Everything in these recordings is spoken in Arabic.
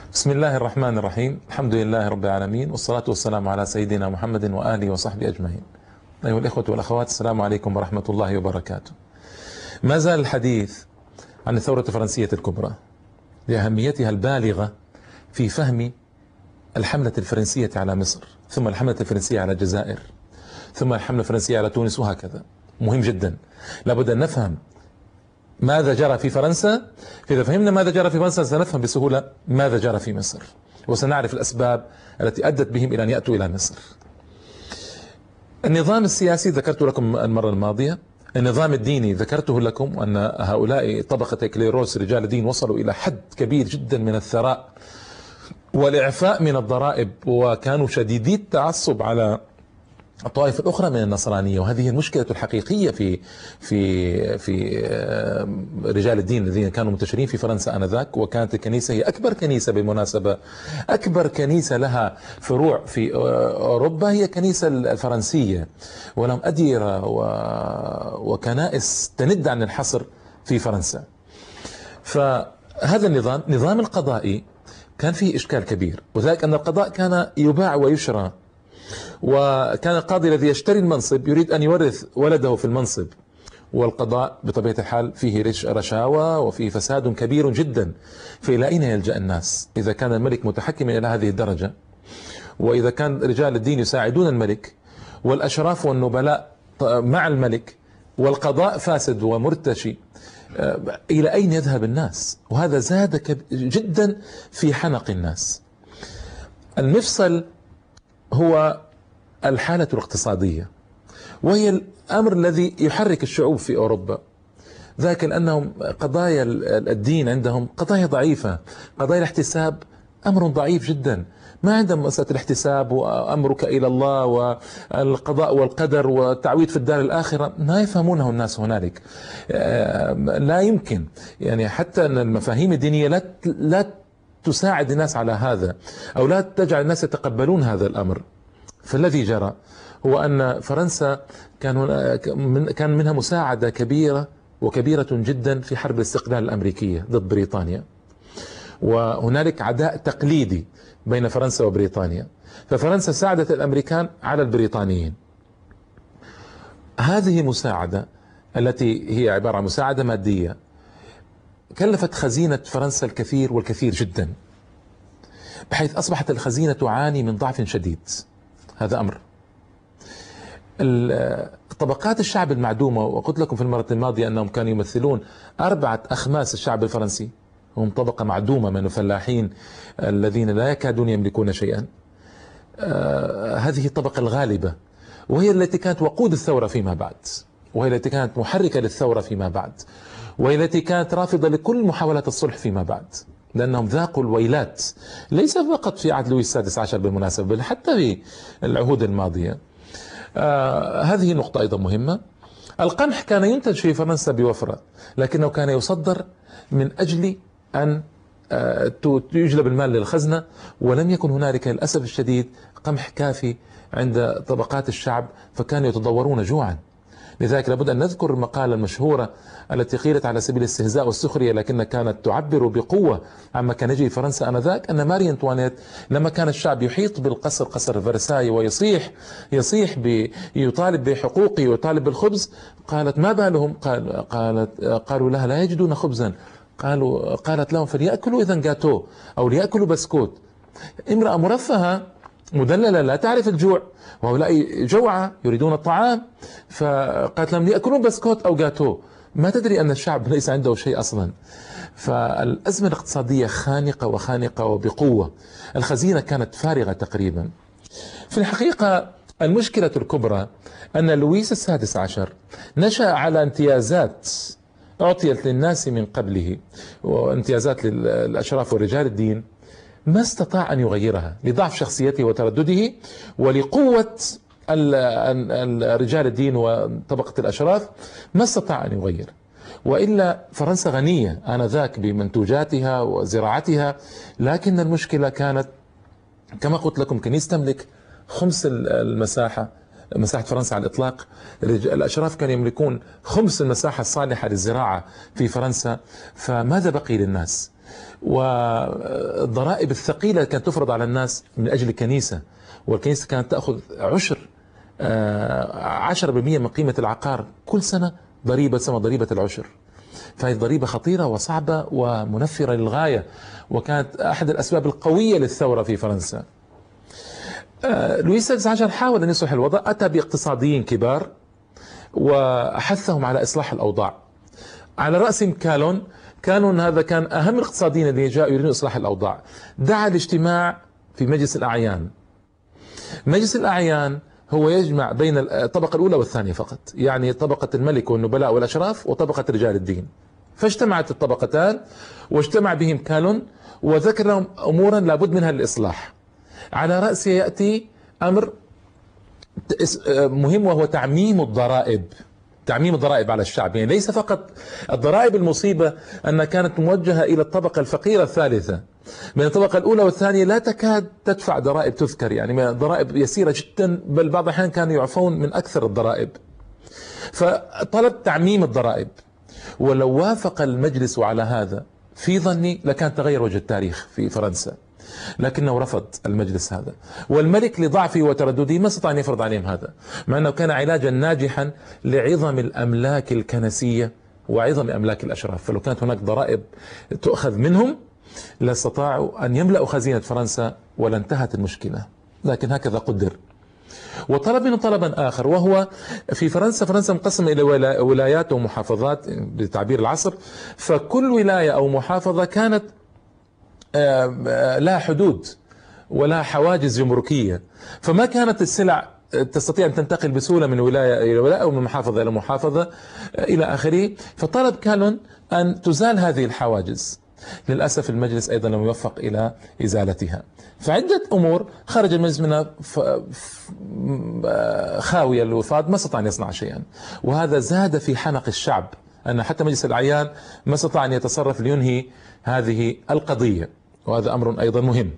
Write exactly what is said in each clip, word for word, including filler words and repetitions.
بسم الله الرحمن الرحيم. الحمد لله رب العالمين، والصلاة والسلام على سيدنا محمد وآله وصحبه أجمعين. أيها الإخوة والأخوات، السلام عليكم ورحمة الله وبركاته. ما زال الحديث عن الثورة الفرنسية الكبرى لأهميتها البالغة في فهم الحملة الفرنسية على مصر، ثم الحملة الفرنسية على الجزائر، ثم الحملة الفرنسية على تونس، وهكذا. مهم جدا، لابد أن نفهم ماذا جرى في فرنسا. فإذا فهمنا ماذا جرى في فرنسا سنفهم بسهولة ماذا جرى في مصر، وسنعرف الأسباب التي أدت بهم إلى أن يأتوا إلى مصر. النظام السياسي ذكرت لكم المرة الماضية، النظام الديني ذكرته لكم، أن هؤلاء طبقة كليروس رجال دين وصلوا إلى حد كبير جدا من الثراء والإعفاء من الضرائب، وكانوا شديدي التعصب على الطوائف الأخرى من النصرانية. وهذه المشكلة الحقيقية في في في رجال الدين الذين كانوا منتشرين في فرنسا آنذاك. وكانت الكنيسة هي أكبر كنيسة، بالمناسبة أكبر كنيسة لها فروع في أوروبا هي كنيسة الفرنسية، ولهم أديرة وكنائس تند عن الحصر في فرنسا. فهذا النظام نظام القضائي كان فيه إشكال كبير، وذلك أن القضاء كان يباع ويشرى، وكان القاضي الذي يشتري المنصب يريد أن يورث ولده في المنصب، والقضاء بطبيعة الحال فيه رشاوى وفيه فساد كبير جدا. فإلى أين يلجأ الناس إذا كان الملك متحكما إلى هذه الدرجة، وإذا كان رجال الدين يساعدون الملك، والأشراف والنبلاء مع الملك، والقضاء فاسد ومرتشي؟ إلى أين يذهب الناس؟ وهذا زاد جدا في حنق الناس. المفصل هو الحالة الاقتصادية، وهي الأمر الذي يحرك الشعوب في أوروبا، ذاك لأنهم قضايا الدين عندهم قضايا ضعيفة. قضايا الاحتساب أمر ضعيف جدا، ما عندهم مسألة الاحتساب وأمرك إلى الله والقضاء والقدر والتعويض في الدار الآخرة، ما يفهمونه الناس هنالك. لا يمكن، يعني حتى أن المفاهيم الدينية لا لا تساعد الناس على هذا، أو لا تجعل الناس يتقبلون هذا الأمر. فالذي جرى هو أن فرنسا كان كان منها مساعدة كبيرة وكبيرة جدا في حرب الاستقلال الأمريكية ضد بريطانيا، وهنالك عداء تقليدي بين فرنسا وبريطانيا، ففرنسا ساعدت الأمريكان على البريطانيين. هذه المساعدة التي هي عبارة عن مساعدة مادية كلفت خزينة فرنسا الكثير والكثير جدا، بحيث أصبحت الخزينة تعاني من ضعف شديد. هذا أمر. طبقات الشعب المعدومة، وقلت لكم في المرة الماضية أنهم كانوا يمثلون أربعة أخماس الشعب الفرنسي، هم طبقة معدومة من الفلاحين الذين لا يكادون يملكون شيئا. آه هذه الطبقة الغالبة، وهي التي كانت وقود الثورة فيما بعد، وهي التي كانت محركة للثورة فيما بعد، وهي التي كانت رافضة لكل محاولات الصلح فيما بعد، لأنهم ذاقوا الويلات، ليس فقط في عهد لويس السادس عشر بالمناسبة، بل حتى في العهود الماضية. آه هذه نقطة أيضا مهمة. القمح كان ينتج في فرنسا بوفرة، لكنه كان يصدر من أجل أن آه يجلب المال للخزنة، ولم يكن هنالك للأسف الشديد قمح كافي عند طبقات الشعب، فكانوا يتضورون جوعا. لذلك لابد أن نذكر المقالة المشهورة التي قيلت على سبيل الاستهزاء والسخرية، لكنها كانت تعبر بقوة عما كان يجري في فرنسا آنذاك، أن ماري أنطوانيت لما كان الشعب يحيط بالقصر، قصر فرساي، ويصيح يصيح يطالب بحقوقه ويطالب بالخبز، قالت ما بالهم؟ قال قالت قالوا لها لا يجدون خبزا. قالوا قالت لهم فليأكلوا إذا جاتو، أو ليأكلوا بسكوت. امرأة مرفهة مدللة لا تعرف الجوع، وهؤلاء جوعى يريدون الطعام، فقالت لهم ليأكلون بسكوت أو جاتو، ما تدري أن الشعب ليس عنده شيء أصلا. فالأزمة الاقتصادية خانقة وخانقة وبقوة، الخزينة كانت فارغة تقريبا. في الحقيقة المشكلة الكبرى أن لويس السادس عشر نشأ على امتيازات أعطيت للناس من قبله، وامتيازات للأشراف ورجال الدين، ما استطاع أن يغيرها لضعف شخصيته وتردده، ولقوة رجال الدين وطبقة الأشراف ما استطاع أن يغير. وإلا فرنسا غنية آنذاك بمنتوجاتها وزراعتها، لكن المشكلة كانت كما قلت لكم، كنيسة تملك خمس المساحة مساحة فرنسا على الإطلاق. الأشراف كانوا يملكون خمس المساحة الصالحة للزراعة في فرنسا، فماذا بقي للناس؟ والضرائب الثقيلة كانت تفرض على الناس من أجل الكنيسة، والكنيسة كانت تأخذ عشر عشرة بالمئة من قيمة العقار كل سنة، ضريبة تسمى ضريبة العشر. فهي ضريبة خطيرة وصعبة ومنفرة للغاية، وكانت أحد الأسباب القوية للثورة في فرنسا. لويس السادس عشر حاول أن يصلح الوضع، أتى باقتصاديين كبار وأحثهم على إصلاح الأوضاع، على رأسهم كالون. كالون هذا كان أهم الاقتصاديين الذين جاءوا يريدون إصلاح الأوضاع. دعا الاجتماع في مجلس الأعيان. مجلس الأعيان هو يجمع بين الطبقة الأولى والثانية فقط، يعني طبقة الملك والنبلاء والأشراف وطبقة رجال الدين. فاجتمعت الطبقتان واجتمع بهم كالون وذكر لهم أمورا لابد منها للإصلاح. على رأسه يأتي أمر مهم وهو تعميم الضرائب. تعميم الضرائب على الشعب، يعني ليس فقط الضرائب المصيبة أنها كانت موجهة إلى الطبقة الفقيرة الثالثة، من الطبقة الأولى والثانية لا تكاد تدفع ضرائب تذكر، يعني ضرائب يسيرة جدا، بل بعض الأحيان كانوا يعفون من أكثر الضرائب. فطلب تعميم الضرائب، ولو وافق المجلس على هذا في ظني لكان تغير وجه التاريخ في فرنسا، لكنه رفض المجلس هذا، والملك لضعفه وتردده ما استطاع أن يفرض عليهم هذا، مع أنه كان علاجا ناجحا لعظم الأملاك الكنسية وعظم أملاك الأشراف. فلو كانت هناك ضرائب تؤخذ منهم لاستطاعوا أن يملأوا خزينة فرنسا ولانتهت المشكلة، لكن هكذا قدر. وطلب منه طلبا آخر، وهو في فرنسا فرنسا مقسمة إلى ولايات ومحافظات بتعبير العصر، فكل ولاية أو محافظة كانت لا حدود ولا حواجز جمركية، فما كانت السلع تستطيع أن تنتقل بسهولة من ولاية إلى ولاية أو من محافظة إلى محافظة إلى آخره. فطلب كالون أن تزال هذه الحواجز. للأسف المجلس أيضا لم يوفق إلى إزالتها، فعدة أمور خرج المجلس منها خاوية الوفاض، ما استطاع أن يصنع شيئا، وهذا زاد في حنق الشعب، أن حتى مجلس الأعيان ما استطاع أن يتصرف لينهي هذه القضية، وهذا أمر أيضا مهم.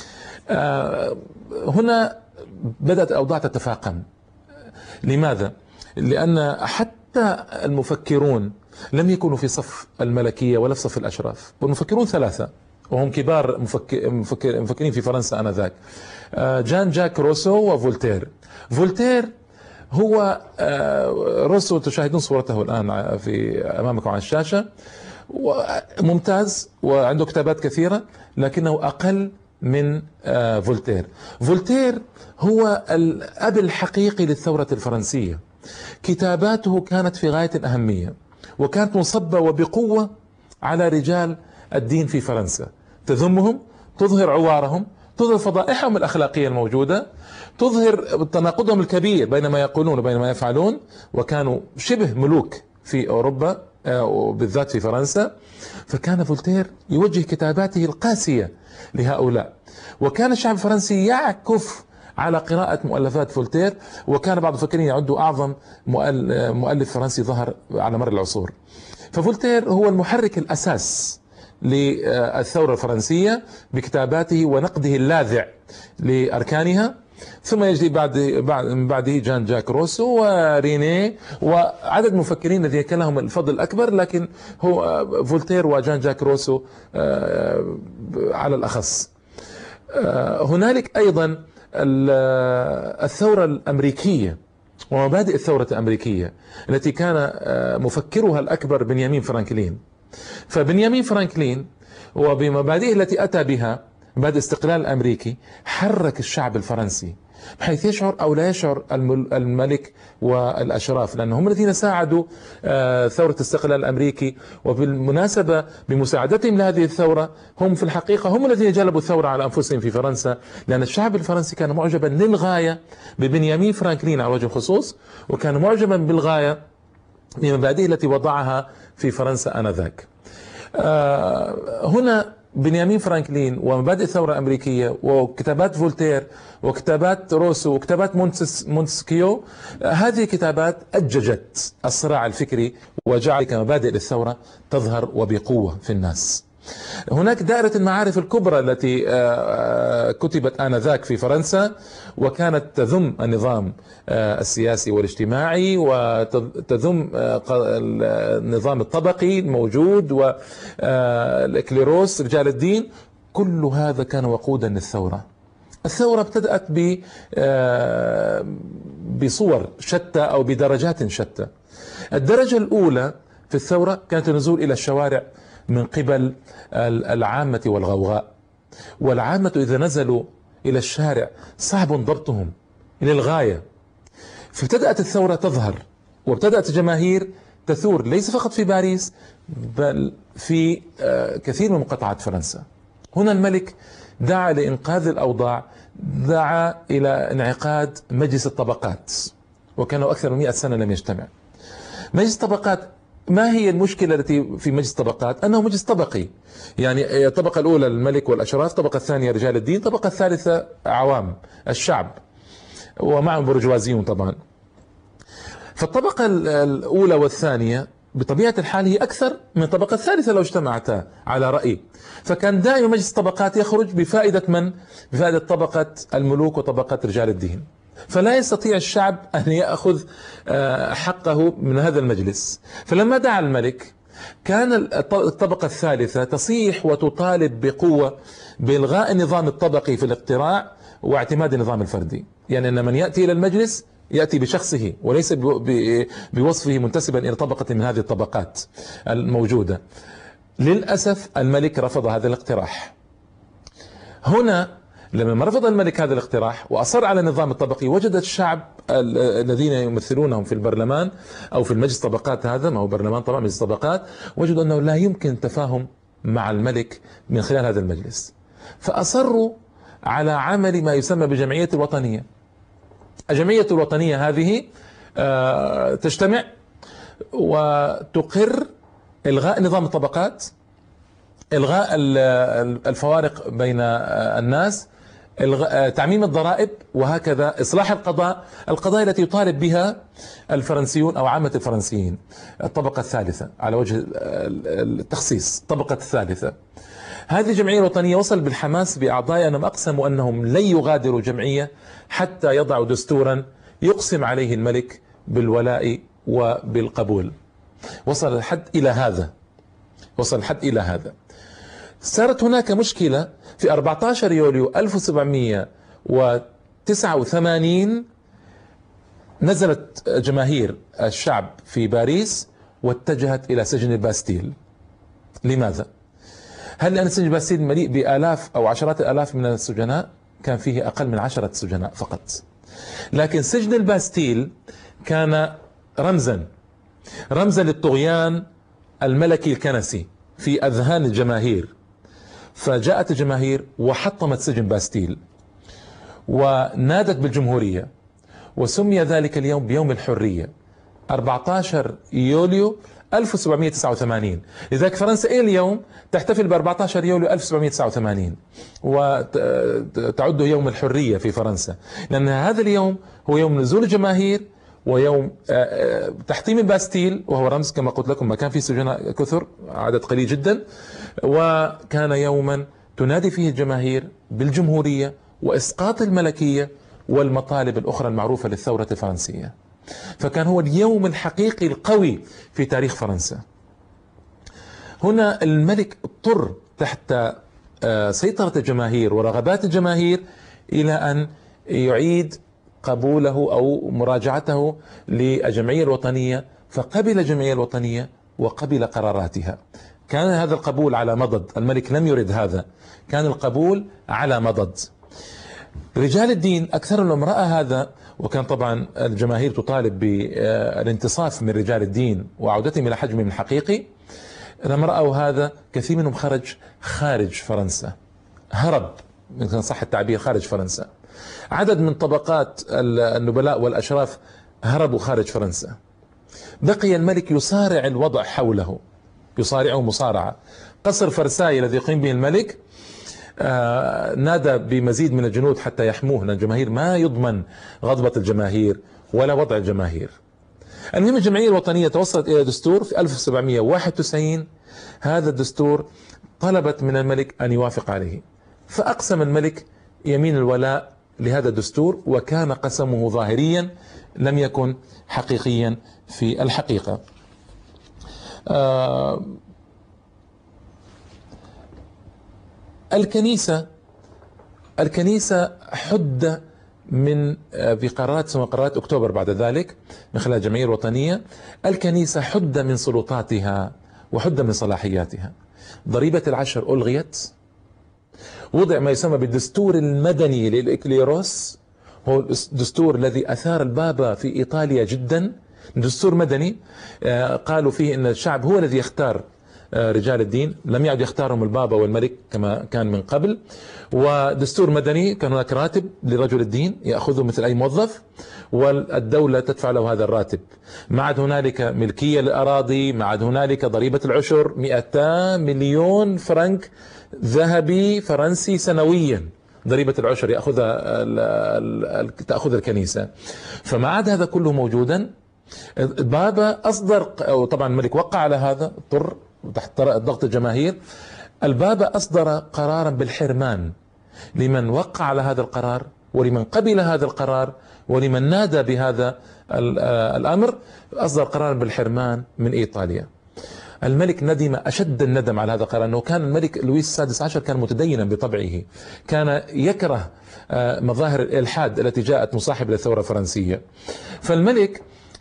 هنا بدأت الأوضاع تتفاقم. لماذا؟ لأن حتى المفكرون لم يكونوا في صف الملكية ولا في صف الأشراف، والمفكرون ثلاثة وهم كبار مفكر مفكر مفكرين في فرنسا آنذاك: جان جاك روسو وفولتير. فولتير هو روسو تشاهدون صورته الآن في أمامكم على الشاشة، ممتاز وعنده كتابات كثيرة، لكنه أقل من فولتير. فولتير هو الأب الحقيقي للثورة الفرنسية. كتاباته كانت في غاية الأهمية، وكانت منصبة وبقوة على رجال الدين في فرنسا، تذمهم، تظهر عوارهم، تظهر فضائحهم الأخلاقية الموجودة، تظهر تناقضهم الكبير بين ما يقولون وبين ما يفعلون، وكانوا شبه ملوك في أوروبا وبالذات في فرنسا. فكان فولتير يوجه كتاباته القاسية لهؤلاء، وكان الشعب الفرنسي يعكف على قراءة مؤلفات فولتير، وكان بعض المفكرين يعدوا أعظم مؤلف فرنسي ظهر على مر العصور. ففولتير هو المحرك الأساس للثورة الفرنسية بكتاباته ونقده اللاذع لأركانها. ثم يجي بعد من بعده جان جاك روسو ورينيه وعدد مفكرين الذين كان لهم الفضل الأكبر، لكن هو فولتير وجان جاك روسو على الأخص. هنالك أيضا الثورة الأمريكية ومبادئ الثورة الأمريكية التي كان مفكرها الأكبر بنيامين فرانكلين. فبنيامين فرانكلين وبمبادئه التي أتى بها، مبادئ الاستقلال الأمريكي، حرك الشعب الفرنسي بحيث يشعر أو لا يشعر الملك والأشراف، لأنهم هم الذين ساعدوا ثورة الاستقلال الأمريكي. وبالمناسبة بمساعدتهم لهذه الثورة هم في الحقيقة هم الذين جلبوا الثورة على أنفسهم في فرنسا، لأن الشعب الفرنسي كان معجبا للغاية ببنيامين فرانكلين على وجه الخصوص، وكان معجبا بالغاية بمبادئه التي وضعها في فرنسا آنذاك. هنا بنيامين فرانكلين ومبادئ الثورة الأمريكية وكتابات فولتير وكتابات روسو وكتابات مونتسكيو، هذه كتابات أججت الصراع الفكري وجعلت مبادئ للثورة تظهر وبقوة في الناس. هناك دائرة المعارف الكبرى التي كتبت آنذاك في فرنسا، وكانت تذم النظام السياسي والاجتماعي، وتذم النظام الطبقي الموجود والإكليروس رجال الدين. كل هذا كان وقودا للثورة. الثورة ابتدأت بصور شتى أو بدرجات شتى. الدرجة الأولى في الثورة كانت النزول إلى الشوارع من قبل العامة والغوغاء، والعامة إذا نزلوا إلى الشارع صعب ضبطهم للغاية. فابتدأت الثورة تظهر، وابتدأت الجماهير تثور ليس فقط في باريس بل في كثير من مقاطعات فرنسا. هنا الملك دعا لإنقاذ الأوضاع، دعا إلى انعقاد مجلس الطبقات، وكانوا أكثر من مئة سنة لم يجتمع. مجلس الطبقات، ما هي المشكلة التي في مجلس الطبقات؟ أنه مجلس طبقي، يعني الطبقة الأولى الملك والأشراف، الطبقة الثانية رجال الدين، الطبقة الثالثة عوام الشعب ومعهم برجوازيون طبعا. فالطبقة الأولى والثانية بطبيعة الحال هي أكثر من الطبقة الثالثة لو اجتمعتا على رأي. فكان دائما مجلس الطبقات يخرج بفائدة من؟ بفائدة طبقة الملوك وطبقة رجال الدين. فلا يستطيع الشعب أن يأخذ حقه من هذا المجلس. فلما دعا الملك كان الطبقة الثالثة تصيح وتطالب بقوة بإلغاء النظام الطبقي في الاقتراع واعتماد النظام الفردي، يعني أن من يأتي إلى المجلس يأتي بشخصه وليس بوصفه منتسبا إلى طبقة من هذه الطبقات الموجودة. للأسف الملك رفض هذا الاقتراح. هنا لما رفض الملك هذا الاقتراح وأصر على النظام الطبقي، وجد الشعب الذين يمثلونهم في البرلمان أو في المجلس طبقات، هذا ما هو برلمان طبعا، مجلس طبقات، وجدوا أنه لا يمكن التفاهم مع الملك من خلال هذا المجلس. فأصروا على عمل ما يسمى بالجمعية الوطنية. الجمعية الوطنية هذه تجتمع وتقر إلغاء نظام الطبقات، إلغاء الفوارق بين الناس، تعميم الضرائب، وهكذا إصلاح القضاء، القضايا التي يطالب بها الفرنسيون أو عامة الفرنسيين. الطبقة الثالثة على وجه التخصيص، الطبقة الثالثة. هذه الجمعية الوطنية وصل بالحماس بأعضائها أنهم أقسموا أنهم لن يغادروا جمعية حتى يضعوا دستورا يقسم عليه الملك بالولاء وبالقبول. وصل الحد إلى هذا، وصل الحد إلى هذا. صارت هناك مشكلة في أربعة عشر يوليو ألف وسبعمئة وتسعة وثمانين، نزلت جماهير الشعب في باريس واتجهت إلى سجن الباستيل. لماذا؟ هل لأن سجن الباستيل مليء بآلاف أو عشرات الآلاف من السجناء؟ كان فيه أقل من عشرة سجناء فقط. لكن سجن الباستيل كان رمزا رمزا للطغيان الملكي الكنسي في أذهان الجماهير. فجاءت الجماهير وحطمت سجن باستيل ونادت بالجمهورية، وسمي ذلك اليوم بيوم الحرية، أربعة عشر يوليو ألف وسبعمئة وتسعة وثمانين. لذلك فرنسا إلى اليوم تحتفل ب أربعة عشر يوليو ألف وسبعمئة وتسعة وثمانين وتعده يوم الحرية في فرنسا، لأن هذا اليوم هو يوم نزول الجماهير ويوم تحطيم الباستيل، وهو رمز كما قلت لكم ما كان فيه سجناء كثر، عدد قليل جدا، وكان يوما تنادي فيه الجماهير بالجمهورية وإسقاط الملكية والمطالب الأخرى المعروفة للثورة الفرنسية. فكان هو اليوم الحقيقي القوي في تاريخ فرنسا. هنا الملك اضطر تحت سيطرة الجماهير ورغبات الجماهير إلى أن يعيد قبوله أو مراجعته للجمعية الوطنية، فقبل الجمعية الوطنية وقبل قراراتها. كان هذا القبول على مضض، الملك لم يرد هذا، كان القبول على مضض. رجال الدين أكثرهم رأى هذا، وكان طبعا الجماهير تطالب بالانتصاف من رجال الدين وعودتهم إلى حجمهم الحقيقي. لما رأوا هذا كثير منهم خرج خارج فرنسا، هرب إن صح التعبير خارج فرنسا. عدد من طبقات النبلاء والأشراف هربوا خارج فرنسا. بقي الملك يصارع الوضع حوله، يصارعه مصارعة. قصر فرساي الذي يقيم به الملك آه نادى بمزيد من الجنود حتى يحموه، لأن الجماهير ما يضمن غضبة الجماهير ولا وضع الجماهير. المهم الجمعية الوطنية توصلت إلى دستور في ألف وسبعمئة وواحد وتسعين هذا الدستور طلبت من الملك أن يوافق عليه، فأقسم الملك يمين الولاء لهذا الدستور، وكان قسمه ظاهريا لم يكن حقيقيا في الحقيقة. آه الكنيسة الكنيسة حد من بقرارات ثم قرارات أكتوبر بعد ذلك من خلال الجمعية الوطنية، الكنيسة حد من سلطاتها وحد من صلاحياتها. ضريبة العشر ألغيت، وضع ما يسمى بالدستور المدني للإكليروس، هو الدستور الذي أثار البابا في إيطاليا جدا. دستور مدني قالوا فيه أن الشعب هو الذي يختار رجال الدين، لم يعد يختارهم البابا والملك كما كان من قبل. ودستور مدني كان هناك راتب لرجل الدين يأخذه مثل أي موظف، والدولة تدفع له هذا الراتب. ما عاد هنالك ملكية للأراضي، ما عاد هنالك ضريبة العشر، مئتين مليون فرنك ذهبي فرنسي سنويا ضريبة العشر يأخذها تأخذ الكنيسة. فما عاد هذا كله موجودا. البابا أصدر، طبعا الملك وقع على هذا اضطر تحت ضغط الجماهير، البابا أصدر قرارا بالحرمان لمن وقع على هذا القرار ولمن قبل هذا القرار ولمن نادى بهذا الأمر. أصدر قرارا بالحرمان من إيطاليا. الملك ندم أشد الندم على هذا القرار، أنه كان الملك لويس السادس عشر كان متدينا بطبعه، كان يكره مظاهر الإلحاد التي جاءت مصاحبة للثورة الفرنسية. فالملك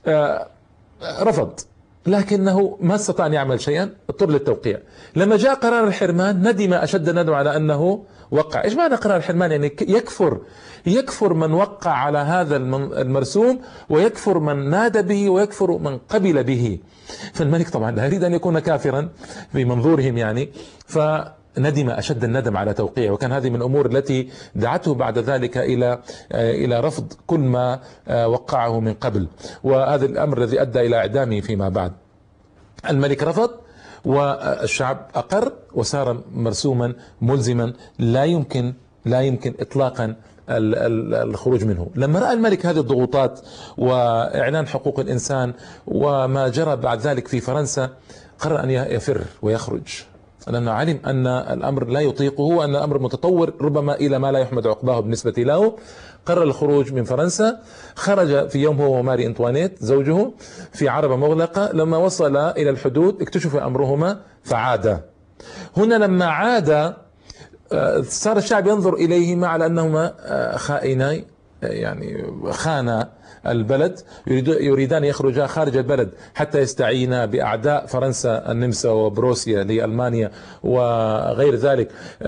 رفض، لكنه ما استطاع أن يعمل شيئا، اضطر للتوقيع. لما جاء قرار الحرمان ندم أشد الندم على أنه وقع. إيش معنى قرار الحرمان؟ يعني يكفر يكفر من وقع على هذا المرسوم، ويكفر من نادى به، ويكفر من قبل به. فالملك طبعا لا يريد أن يكون كافرا في منظورهم يعني، فندم أشد الندم على توقيعه. وكان هذه من الأمور التي دعته بعد ذلك إلى إلى رفض كل ما وقعه من قبل، وهذا الأمر الذي أدى إلى إعدامه فيما بعد. الملك رفض والشعب أقر، وصار مرسوما ملزما لا يمكن لا يمكن إطلاقا الخروج منه. لما رأى الملك هذه الضغوطات وإعلان حقوق الإنسان وما جرى بعد ذلك في فرنسا، قرر أن يفر ويخرج، لأنه علم أن الأمر لا يطيقه، وأن الأمر متطور ربما إلى ما لا يحمد عقباه بالنسبة له. قرر الخروج من فرنسا. خرج في يوم هو وماري أنطوانيت زوجه في عربة مغلقة. لما وصل إلى الحدود اكتشف أمرهما فعاد. هنا لما عاد صار الشعب ينظر إليهما على أنهما خائنين، يعني خانا البلد، يريدان يخرجا خارج البلد حتى يستعينا بأعداء فرنسا، النمسا وبروسيا لألمانيا وغير ذلك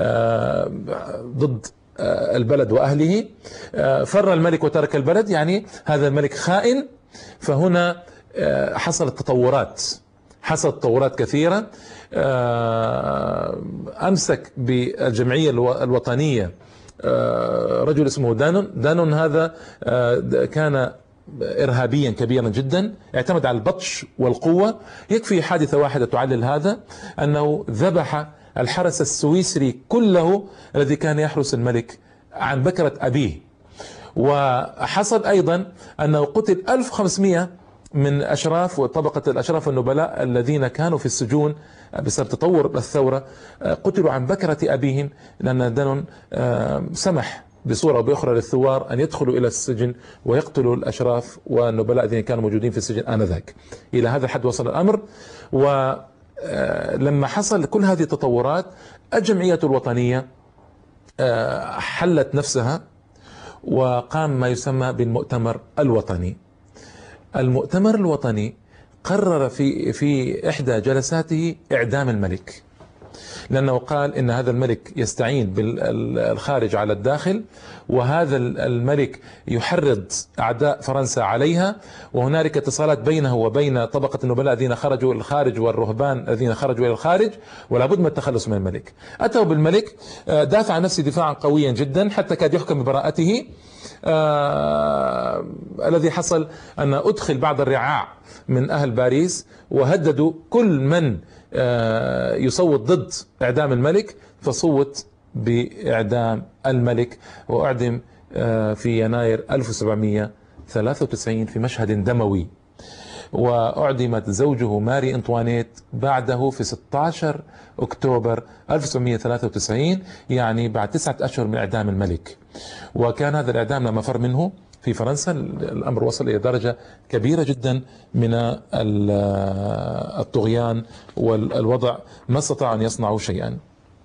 ضد البلد وأهله. فر الملك وترك البلد، يعني هذا الملك خائن. فهنا حصلت تطورات حصلت تطورات كثيرة. أمسك بالجمعية الوطنية رجل اسمه دانون. دانون هذا كان إرهابيا كبيرا جدا، اعتمد على البطش والقوة. يكفي حادثة واحدة تعلل هذا، أنه ذبح الحرس السويسري كله الذي كان يحرس الملك عن بكرة أبيه. وحصل أيضا أنه قتل ألف وخمسمئة من أشراف وطبقة الأشراف والنبلاء الذين كانوا في السجون بسبب تطور الثورة، قتلوا عن بكرة أبيهم، لأن دانون سمح بصورة أو بأخرى للثوار أن يدخلوا إلى السجن ويقتلوا الأشراف والنبلاء الذين كانوا موجودين في السجن آنذاك. إلى هذا الحد وصل الأمر. ولما حصل كل هذه التطورات، الجمعية الوطنية حلت نفسها وقام ما يسمى بالمؤتمر الوطني. المؤتمر الوطني قرر في في إحدى جلساته إعدام الملك، لأنه قال إن هذا الملك يستعين بالخارج على الداخل، وهذا الملك يحرض أعداء فرنسا عليها، وهنالك اتصالات بينه وبين طبقة النبلاء الذين خرجوا الخارج والرهبان الذين خرجوا إلى الخارج، ولا بد من التخلص من الملك. أتوا بالملك، دافع عن نفسه دفاعا قويا جدا حتى كاد يحكم ببراءته. آه الذي حصل أن أدخل بعض الرعاع من أهل باريس وهددوا كل من آه يصوت ضد إعدام الملك، فصوت بإعدام الملك، وأعدم آه في يناير ألف وسبعمئة وثلاثة وتسعين في مشهد دموي. وأعدمت زوجه ماري أنطوانيت بعده في ستة عشر أكتوبر ألف وتسعمئة وثلاثة وتسعين، يعني بعد تسعة أشهر من إعدام الملك. وكان هذا الإعدام لما فر منه في فرنسا الأمر وصل إلى درجة كبيرة جدا من الطغيان والوضع، ما استطاع أن يصنعوا شيئا.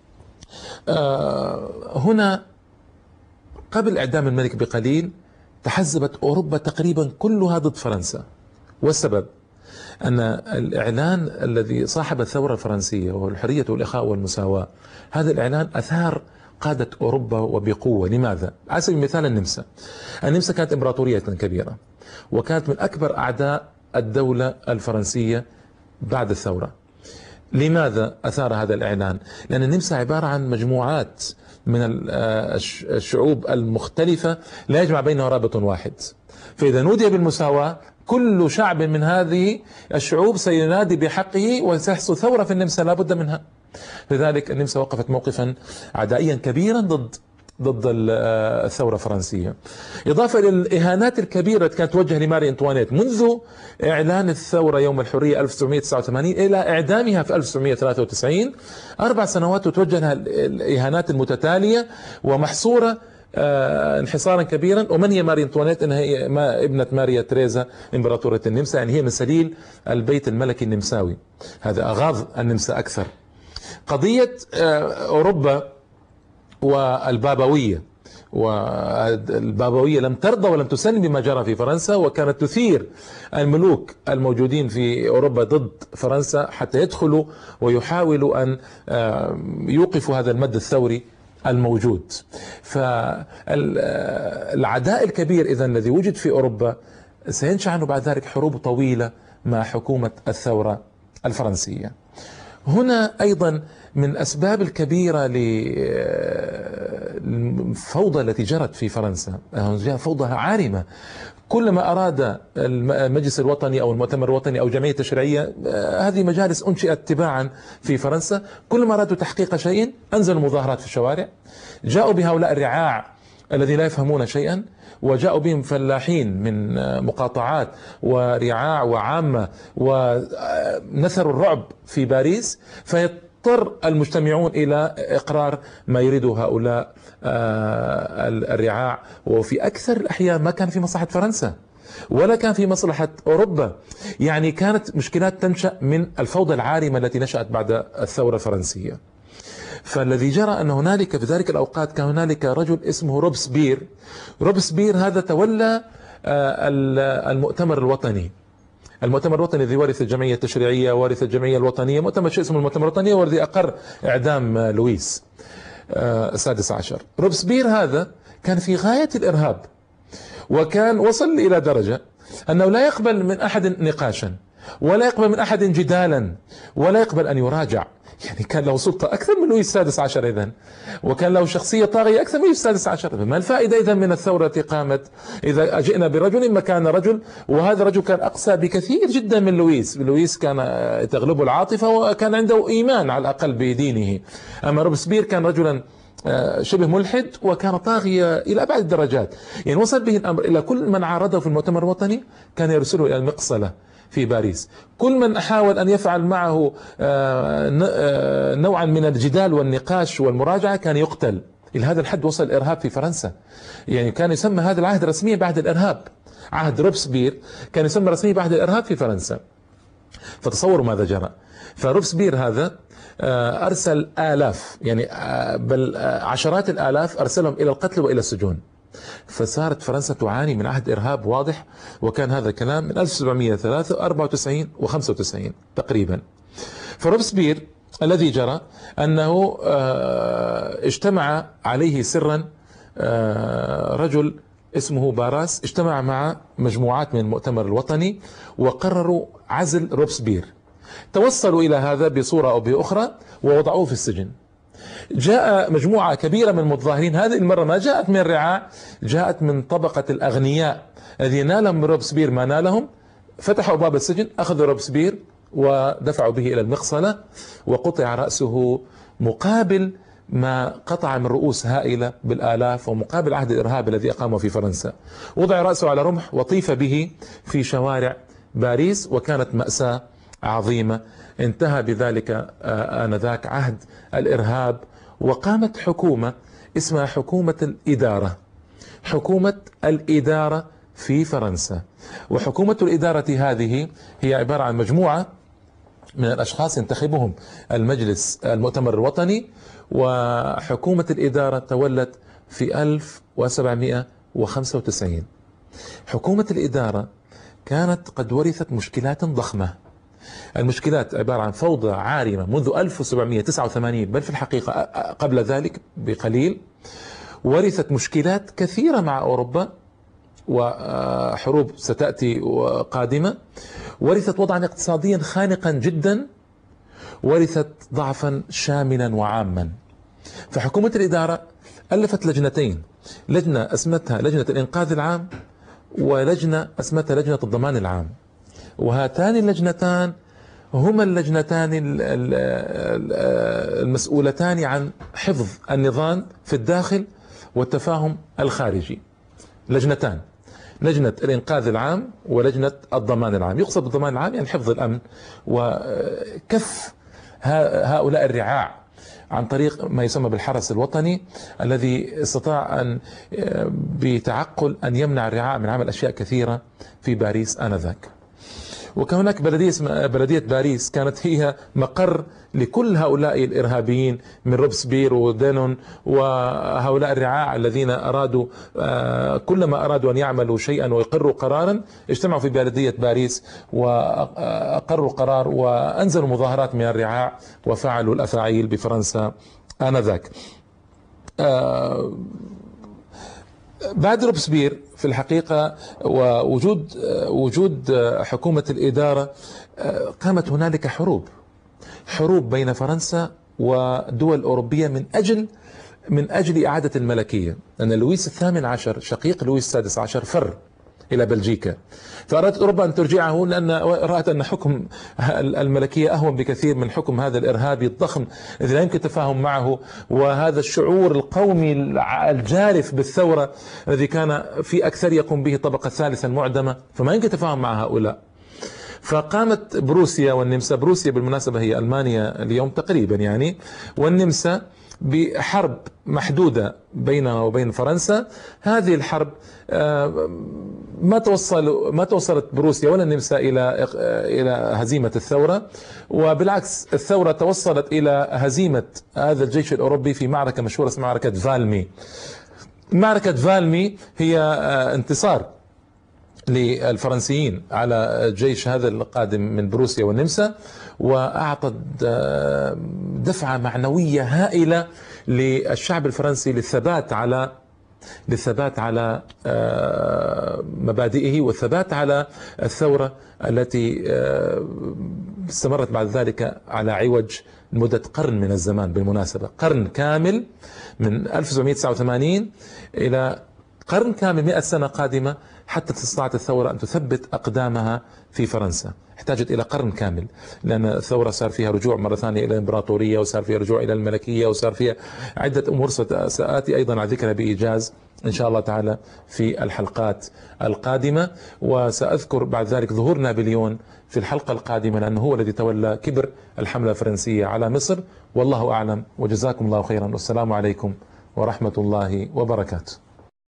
هنا قبل إعدام الملك بقليل تحزبت أوروبا تقريبا كلها ضد فرنسا، والسبب أن الإعلان الذي صاحب الثورة الفرنسية وهو الحرية والإخاء والمساواة، هذا الإعلان أثار قادة أوروبا وبقوة. لماذا؟ على سبيل المثال النمسا. النمسا كانت إمبراطورية كبيرة، وكانت من أكبر أعداء الدولة الفرنسية بعد الثورة. لماذا أثار هذا الإعلان؟ لأن النمسا عبارة عن مجموعات من الشعوب المختلفة لا يجمع بينها رابط واحد، فإذا نودي بالمساواة كل شعب من هذه الشعوب سينادي بحقه وسيحصل ثورة في النمسا لا بد منها. لذلك النمسا وقفت موقفا عدائيا كبيرا ضد ضد الثورة الفرنسية، إضافة إلى الإهانات الكبيرة التي كانت توجه لماري أنطوانيت منذ إعلان الثورة يوم الحرية ألف وتسعمئة وتسعة وثمانين إلى إعدامها في ألف وتسعمئة وثلاثة وتسعين، أربع سنوات وتوجه لها الإهانات المتتالية ومحصورة آه انحصارا كبيرا. ومن هي ماري أنطوانيت؟ إنها هي ما ابنة ماريا تريزا إمبراطورة النمسا، يعني هي من سليل البيت الملكي النمساوي. هذا أغاظ النمسا أكثر. قضية آه أوروبا والبابوية، والبابوية لم ترضى ولم تسلم بما جرى في فرنسا، وكانت تثير الملوك الموجودين في أوروبا ضد فرنسا حتى يدخلوا ويحاولوا أن يوقفوا هذا المد الثوري الموجود. فالعداء الكبير إذن الذي وجد في أوروبا سينشأ عنه بعد ذلك حروب طويلة مع حكومة الثورة الفرنسية. هنا أيضا من الأسباب الكبيرة للفوضى التي جرت في فرنسا، فوضى عارمة. كلما أراد المجلس الوطني أو المؤتمر الوطني أو جمعية تشريعية، هذه مجالس أنشئت تباعا في فرنسا، كلما أرادوا تحقيق شيء أنزلوا مظاهرات في الشوارع، جاءوا بهؤلاء الرعاع الذين لا يفهمون شيئا، وجاءوا بهم فلاحين من مقاطعات ورعاع وعامة ونثروا الرعب في باريس، فيضطر المجتمعون إلى إقرار ما يريده هؤلاء الرعاع. وفي أكثر الأحيان ما كان في مصلحة فرنسا ولا كان في مصلحة أوروبا، يعني كانت مشكلات تنشأ من الفوضى العارمة التي نشأت بعد الثورة الفرنسية. فالذي جرى أن هنالك في ذلك الأوقات كان هنالك رجل اسمه روبسبير. روبسبير هذا تولى المؤتمر الوطني. المؤتمر الوطني الذي ورث الجمعية التشريعية ورث الجمعية الوطنية، مؤتمر شيء اسمه المؤتمر الوطني، والذي أقر إعدام لويس السادس عشر. روبسبير هذا كان في غاية الإرهاب، وكان وصل إلى درجة أنه لا يقبل من أحد نقاشا، ولا يقبل من أحد جدالا، ولا يقبل أن يراجع. يعني كان له سلطة أكثر من لويس السادس عشر إذن، وكان له شخصية طاغية أكثر من لويس السادس عشر. ما الفائدة إذن من الثورة التي قامت إذا جئنا برجل مكان رجل؟ وهذا الرجل كان أقسى بكثير جدا من لويس. لويس كان تغلبه العاطفة وكان عنده إيمان على الأقل بدينه، أما روبسبير كان رجلا شبه ملحد وكان طاغية إلى أبعد الدرجات. يعني وصل به الأمر إلى كل من عارضه في المؤتمر الوطني كان يرسله إلى المقصلة في باريس. كل من حاول أن يفعل معه نوعا من الجدال والنقاش والمراجعة كان يقتل. إلى هذا الحد وصل الإرهاب في فرنسا. يعني كان يسمى هذا العهد رسميا بعهد الإرهاب. عهد روبسبير كان يسمى رسميا بعهد الإرهاب في فرنسا. فتصوروا ماذا جرى. فروبسبير هذا أرسل آلاف، يعني بل عشرات الآلاف أرسلهم إلى القتل وإلى السجون. فصارت فرنسا تعاني من عهد إرهاب واضح، وكان هذا الكلام من ألف وسبعمئة وأربعة وتسعين وخمسة وتسعين تقريبا. فروبسبير الذي جرى أنه اجتمع عليه سرا رجل اسمه باراس، اجتمع مع مجموعات من المؤتمر الوطني وقرروا عزل روبسبير. توصلوا إلى هذا بصورة أو بأخرى ووضعوه في السجن. جاء مجموعة كبيرة من المتظاهرين، هذه المرة ما جاءت من الرعاع، جاءت من طبقة الأغنياء الذين نالهم من روبسبير ما نالهم. فتحوا باب السجن، أخذوا روبسبير ودفعوا به إلى المقصلة، وقطع رأسه مقابل ما قطع من رؤوس هائلة بالآلاف، ومقابل عهد الإرهاب الذي أقامه في فرنسا. وضع رأسه على رمح وطيف به في شوارع باريس، وكانت مأساة عظيمة. انتهى بذلك آنذاك عهد الإرهاب، وقامت حكومة اسمها حكومة الإدارة، حكومة الإدارة في فرنسا. وحكومة الإدارة هذه هي عبارة عن مجموعة من الأشخاص ينتخبهم المجلس المؤتمر الوطني، وحكومة الإدارة تولت في ألف وسبعمئة وخمسة وتسعين. حكومة الإدارة كانت قد ورثت مشكلات ضخمة. المشكلات عبارة عن فوضى عارمة منذ ألف وسبعمئة وتسعة وثمانين، بل في الحقيقة قبل ذلك بقليل. ورثت مشكلات كثيرة مع أوروبا، وحروب ستأتي قادمة. ورثت وضعا اقتصاديا خانقا جدا، ورثت ضعفا شاملا وعاما. فحكومة الإدارة ألفت لجنتين، لجنة اسمتها لجنة الإنقاذ العام، ولجنة اسمتها لجنة الضمان العام. وهاتان اللجنتان هما اللجنتان المسؤولتان عن حفظ النظام في الداخل والتفاهم الخارجي. لجنتان، لجنة الإنقاذ العام ولجنة الضمان العام. يقصد بالضمان العام يعني حفظ الأمن وكف هؤلاء الرعاع عن طريق ما يسمى بالحرس الوطني، الذي استطاع أن بتعقل أن يمنع الرعاع من عمل أشياء كثيرة في باريس آنذاك. وكان هناك بلدية اسمها بلدية باريس، كانت هي مقر لكل هؤلاء الإرهابيين من روبسبير ودينون وهؤلاء الرعاع الذين أرادوا كلما أرادوا أن يعملوا شيئا ويقروا قرارا اجتمعوا في بلدية باريس وأقروا قرار وأنزلوا مظاهرات من الرعاع وفعلوا الأفاعيل بفرنسا آنذاك. بعد روبسبير في الحقيقة ووجود وجود حكومة الإدارة، قامت هنالك حروب حروب بين فرنسا ودول أوروبية من أجل من أجل إعادة الملكية. أن لويس الثامن عشر شقيق لويس السادس عشر فر إلى بلجيكا، فأرادت أوروبا أن ترجعه، لأن رأت أن حكم الملكية أهون بكثير من حكم هذا الإرهابي الضخم الذي لا يمكن التفاهم معه، وهذا الشعور القومي الجارف بالثورة الذي كان في أكثر يقوم به طبقة ثالثة معدمة، فما يمكن التفاهم مع هؤلاء. فقامت بروسيا والنمسا، بروسيا بالمناسبة هي ألمانيا اليوم تقريبا يعني، والنمسا بحرب محدودة بينها وبين فرنسا. هذه الحرب ما توصل ما توصلت بروسيا ولا النمسا إلى إلى هزيمة الثورة، وبالعكس الثورة توصلت إلى هزيمة هذا الجيش الأوروبي في معركة مشهورة اسمها معركة فالمي. معركة فالمي هي انتصار للفرنسيين على الجيش هذا القادم من بروسيا والنمسا، وأعطت دفعة معنوية هائلة للشعب الفرنسي للثبات على للثبات على مبادئه والثبات على الثورة التي استمرت بعد ذلك على عوج لمدة قرن من الزمان. بالمناسبة قرن كامل من ألف وسبعمئة وتسعة وثمانين إلى قرن كامل، مئة سنة قادمة، حتى استطاعت الثورة أن تثبت أقدامها في فرنسا. احتاجت إلى قرن كامل، لأن الثورة صار فيها رجوع مرة ثانية إلى الإمبراطورية، وصار فيها رجوع إلى الملكية، وصار فيها عدة أمور سآتي أيضا على ذكرها بإيجاز إن شاء الله تعالى في الحلقات القادمة. وسأذكر بعد ذلك ظهور نابليون في الحلقة القادمة، لأنه هو الذي تولى كبر الحملة الفرنسية على مصر. والله أعلم، وجزاكم الله خيرا، والسلام عليكم ورحمة الله وبركاته.